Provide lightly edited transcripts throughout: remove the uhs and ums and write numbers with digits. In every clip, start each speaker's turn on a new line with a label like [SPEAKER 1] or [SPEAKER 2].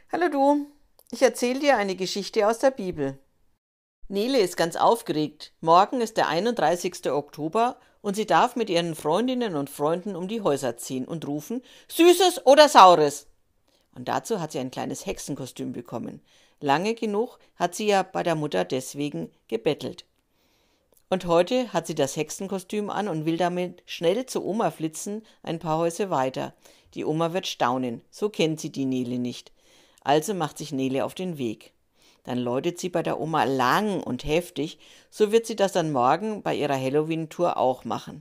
[SPEAKER 1] Hallo du, ich erzähle dir eine Geschichte aus der Bibel. Nele ist ganz aufgeregt. Morgen ist der 31. Oktober und sie darf mit ihren Freundinnen und Freunden um die Häuser ziehen und rufen: Süßes oder Saures? Und dazu hat sie ein kleines Hexenkostüm bekommen. Lange genug hat sie ja bei der Mutter deswegen gebettelt. Und heute hat sie das Hexenkostüm an und will damit schnell zu Oma flitzen, ein paar Häuser weiter. Die Oma wird staunen, so kennt sie die Nele nicht. Also macht sich Nele auf den Weg. Dann läutet sie bei der Oma lang und heftig, so wird sie das dann morgen bei ihrer Halloween-Tour auch machen.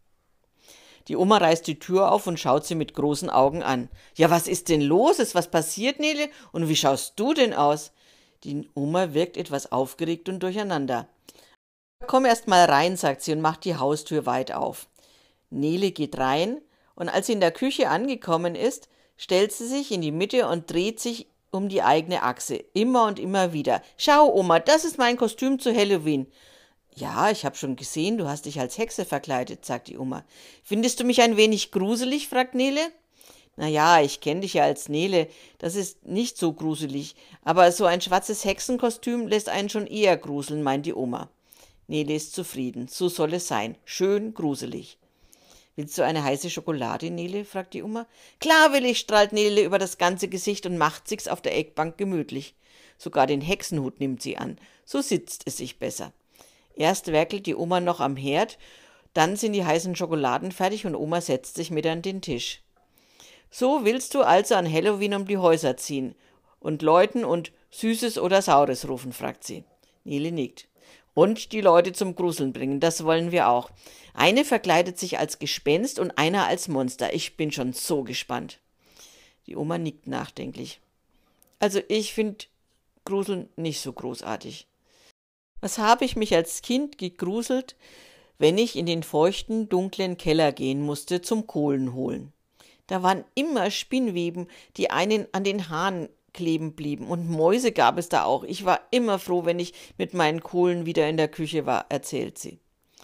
[SPEAKER 1] Die Oma reißt die Tür auf und schaut sie mit großen Augen an. Ja, was ist denn los? Ist was passiert, Nele? Und wie schaust du denn aus? Die Oma wirkt etwas aufgeregt und durcheinander. Komm erst mal rein, sagt sie und macht die Haustür weit auf. Nele geht rein und als sie in der Küche angekommen ist, stellt sie sich in die Mitte und dreht sich um die eigene Achse, immer und immer wieder. Schau, Oma, das ist mein Kostüm zu Halloween. Ja, ich habe schon gesehen, du hast dich als Hexe verkleidet, sagt die Oma. Findest du mich ein wenig gruselig, fragt Nele. Na ja, ich kenne dich ja als Nele, das ist nicht so gruselig, aber so ein schwarzes Hexenkostüm lässt einen schon eher gruseln, meint die Oma. Nele ist zufrieden, so soll es sein, schön gruselig. Willst du eine heiße Schokolade, Nele? Fragt die Oma. Klar will ich, strahlt Nele über das ganze Gesicht und macht sich's auf der Eckbank gemütlich. Sogar den Hexenhut nimmt sie an, so sitzt es sich besser. Erst werkelt die Oma noch am Herd, dann sind die heißen Schokoladen fertig und Oma setzt sich mit an den Tisch. So willst du also an Halloween um die Häuser ziehen und läuten und Süßes oder Saures rufen, fragt sie. Nele nickt. Und die Leute zum Gruseln bringen, das wollen wir auch. Eine verkleidet sich als Gespenst und einer als Monster. Ich bin schon so gespannt. Die Oma nickt nachdenklich. Also ich finde Gruseln nicht so großartig. Was habe ich mich als Kind gegruselt, wenn ich in den feuchten, dunklen Keller gehen musste zum Kohlen holen. Da waren immer Spinnweben, die einen an den Haaren kleben blieben. Und Mäuse gab es da auch. Ich war immer froh, wenn ich mit meinen Kohlen wieder in der Küche war, erzählt sie.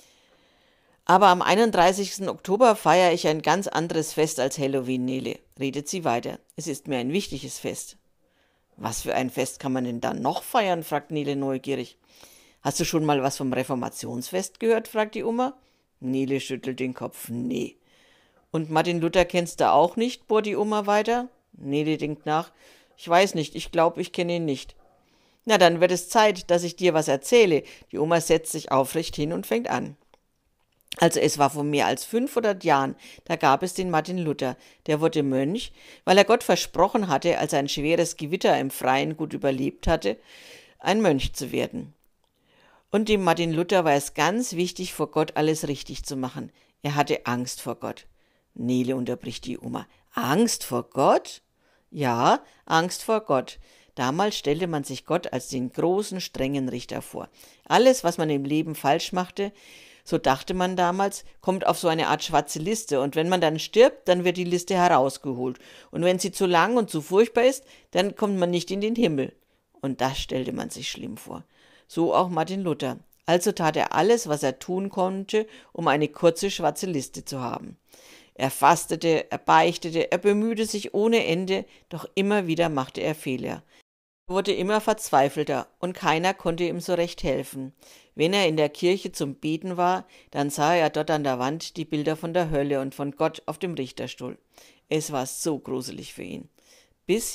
[SPEAKER 1] Aber am 31. Oktober feiere ich ein ganz anderes Fest als Halloween, Nele, redet sie weiter. Es ist mir ein wichtiges Fest. Was für ein Fest kann man denn dann noch feiern, fragt Nele neugierig. Hast du schon mal was vom Reformationsfest gehört, fragt die Oma. Nele schüttelt den Kopf. Nee. Und Martin Luther kennst du auch nicht, bohrt die Oma weiter. Nele denkt nach. Ich weiß nicht, ich glaube, ich kenne ihn nicht. Na, dann wird es Zeit, dass ich dir was erzähle. Die Oma setzt sich aufrecht hin und fängt an. Also es war vor mehr als 500 Jahren, da gab es den Martin Luther. Der wurde Mönch, weil er Gott versprochen hatte, als er ein schweres Gewitter im Freien gut überlebt hatte, ein Mönch zu werden. Und dem Martin Luther war es ganz wichtig, vor Gott alles richtig zu machen. Er hatte Angst vor Gott. Nele unterbricht die Oma. Angst vor Gott? Ja, Angst vor Gott. Damals stellte man sich Gott als den großen, strengen Richter vor. Alles, was man im Leben falsch machte, so dachte man damals, kommt auf so eine Art schwarze Liste, und wenn man dann stirbt, dann wird die Liste herausgeholt. Und wenn sie zu lang und zu furchtbar ist, dann kommt man nicht in den Himmel. Und das stellte man sich schlimm vor. So auch Martin Luther. Also tat er alles, was er tun konnte, um eine kurze schwarze Liste zu haben. Er fastete, er beichtete, er bemühte sich ohne Ende, doch immer wieder machte er Fehler. Er wurde immer verzweifelter und keiner konnte ihm so recht helfen. Wenn er in der Kirche zum Beten war, dann sah er dort an der Wand die Bilder von der Hölle und von Gott auf dem Richterstuhl. Es war so gruselig für ihn. Bis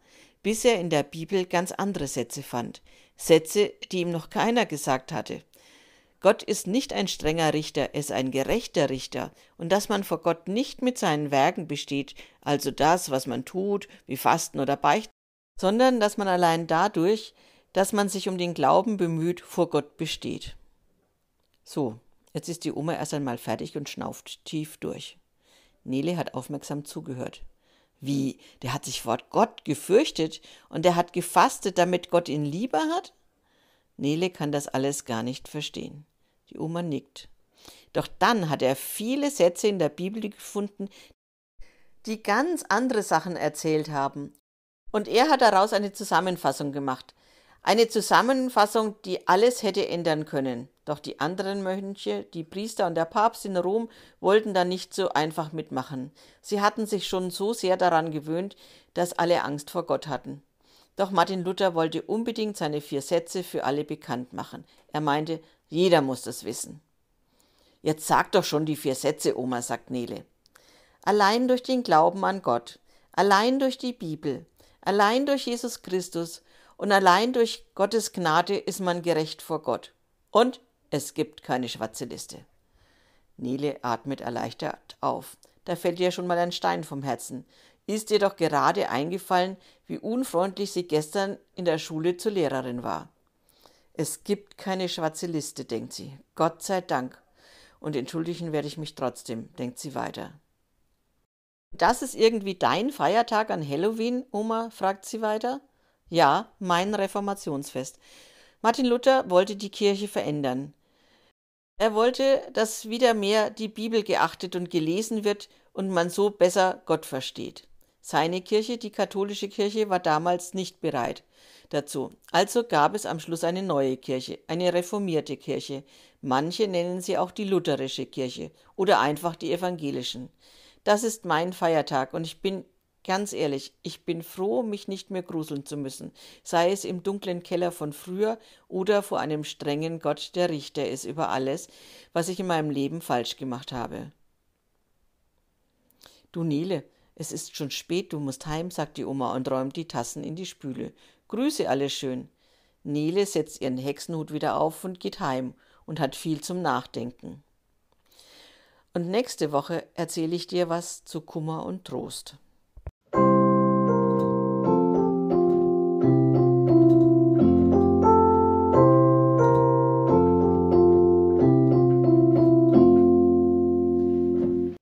[SPEAKER 1] er in der Bibel ganz andere Sätze fand. Sätze, die ihm noch keiner gesagt hatte. Gott ist nicht ein strenger Richter, er ist ein gerechter Richter, und dass man vor Gott nicht mit seinen Werken besteht, also das, was man tut, wie Fasten oder Beichten, sondern dass man allein dadurch, dass man sich um den Glauben bemüht, vor Gott besteht. So, jetzt ist die Oma erst einmal fertig und schnauft tief durch. Nele hat aufmerksam zugehört. Wie, der hat sich vor Gott gefürchtet und der hat gefastet, damit Gott ihn lieber hat? Nele kann das alles gar nicht verstehen. Die Oma nickt. Doch dann hat er viele Sätze in der Bibel gefunden, die ganz andere Sachen erzählt haben. Und er hat daraus eine Zusammenfassung gemacht. Eine Zusammenfassung, die alles hätte ändern können. Doch die anderen Mönche, die Priester und der Papst in Rom, wollten da nicht so einfach mitmachen. Sie hatten sich schon so sehr daran gewöhnt, dass alle Angst vor Gott hatten. Doch Martin Luther wollte unbedingt seine 4 Sätze für alle bekannt machen. Er meinte, jeder muss das wissen. Jetzt sag doch schon die 4 Sätze, Oma, sagt Nele. Allein durch den Glauben an Gott, allein durch die Bibel, allein durch Jesus Christus und allein durch Gottes Gnade ist man gerecht vor Gott. Und es gibt keine schwarze Liste. Nele atmet erleichtert auf. Da fällt ihr schon mal ein Stein vom Herzen. Ist ihr doch gerade eingefallen, wie unfreundlich sie gestern in der Schule zur Lehrerin war. Es gibt keine schwarze Liste, denkt sie. Gott sei Dank. Und entschuldigen werde ich mich trotzdem, denkt sie weiter. Das ist irgendwie dein Feiertag an Halloween, Oma? Fragt sie weiter. Ja, mein Reformationsfest. Martin Luther wollte die Kirche verändern. Er wollte, dass wieder mehr die Bibel geachtet und gelesen wird und man so besser Gott versteht. Seine Kirche, die katholische Kirche, war damals nicht bereit dazu. Also gab es am Schluss eine neue Kirche, eine reformierte Kirche. Manche nennen sie auch die lutherische Kirche oder einfach die evangelischen. Das ist mein Feiertag und ich bin ganz ehrlich, ich bin froh, mich nicht mehr gruseln zu müssen, sei es im dunklen Keller von früher oder vor einem strengen Gott, der Richter ist über alles, was ich in meinem Leben falsch gemacht habe. Du Nele, es ist schon spät, du musst heim, sagt die Oma und räumt die Tassen in die Spüle. Grüße alle schön. Nele setzt ihren Hexenhut wieder auf und geht heim und hat viel zum Nachdenken. Und nächste Woche erzähle ich dir was zu Kummer und Trost.